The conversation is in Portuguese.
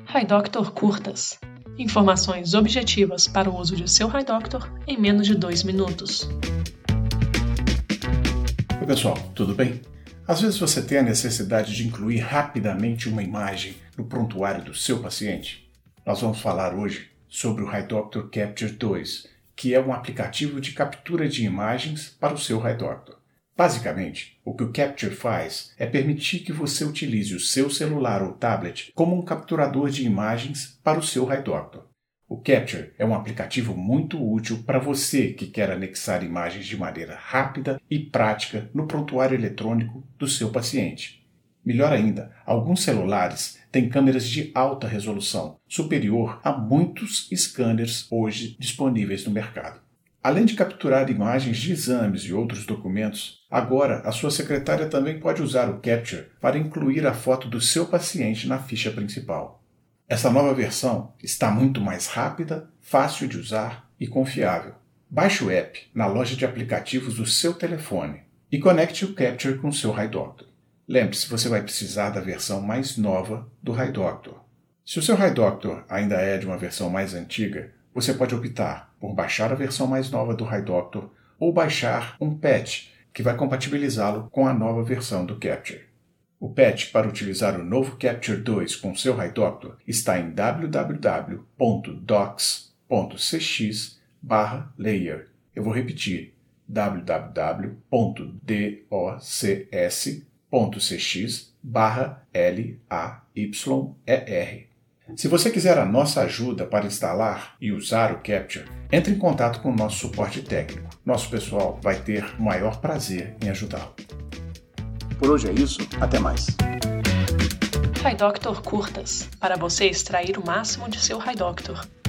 HiDoctor Curtas. Informações objetivas para o uso de seu HiDoctor em menos de 2 minutos. Oi pessoal, tudo bem? Às vezes você tem a necessidade de incluir rapidamente uma imagem no prontuário do seu paciente. Nós vamos falar hoje sobre o HiDoctor Capture 2, que é um aplicativo de captura de imagens para o seu HiDoctor. Basicamente, o que o Capture faz é permitir que você utilize o seu celular ou tablet como um capturador de imagens para o seu HiDoctor. O Capture é um aplicativo muito útil para você que quer anexar imagens de maneira rápida e prática no prontuário eletrônico do seu paciente. Melhor ainda, alguns celulares têm câmeras de alta resolução, superior a muitos scanners hoje disponíveis no mercado. Além de capturar imagens de exames e outros documentos, agora a sua secretária também pode usar o Capture para incluir a foto do seu paciente na ficha principal. Essa nova versão está muito mais rápida, fácil de usar e confiável. Baixe o app na loja de aplicativos do seu telefone e conecte o Capture com o seu HiDoctor. Lembre-se, você vai precisar da versão mais nova do HiDoctor. Se o seu HiDoctor ainda é de uma versão mais antiga, você pode optar por baixar a versão mais nova do HiDoctor ou baixar um patch que vai compatibilizá-lo com a nova versão do Capture. O patch para utilizar o novo Capture 2 com seu HiDoctor está em www.docs.cx/layer. Eu vou repetir, www.docs.cx/layer. Se você quiser a nossa ajuda para instalar e usar o Capture, entre em contato com o nosso suporte técnico. Nosso pessoal vai ter o maior prazer em ajudá-lo. Por hoje é isso, até mais. HiDoctor Curtas, para você extrair o máximo de seu HiDoctor.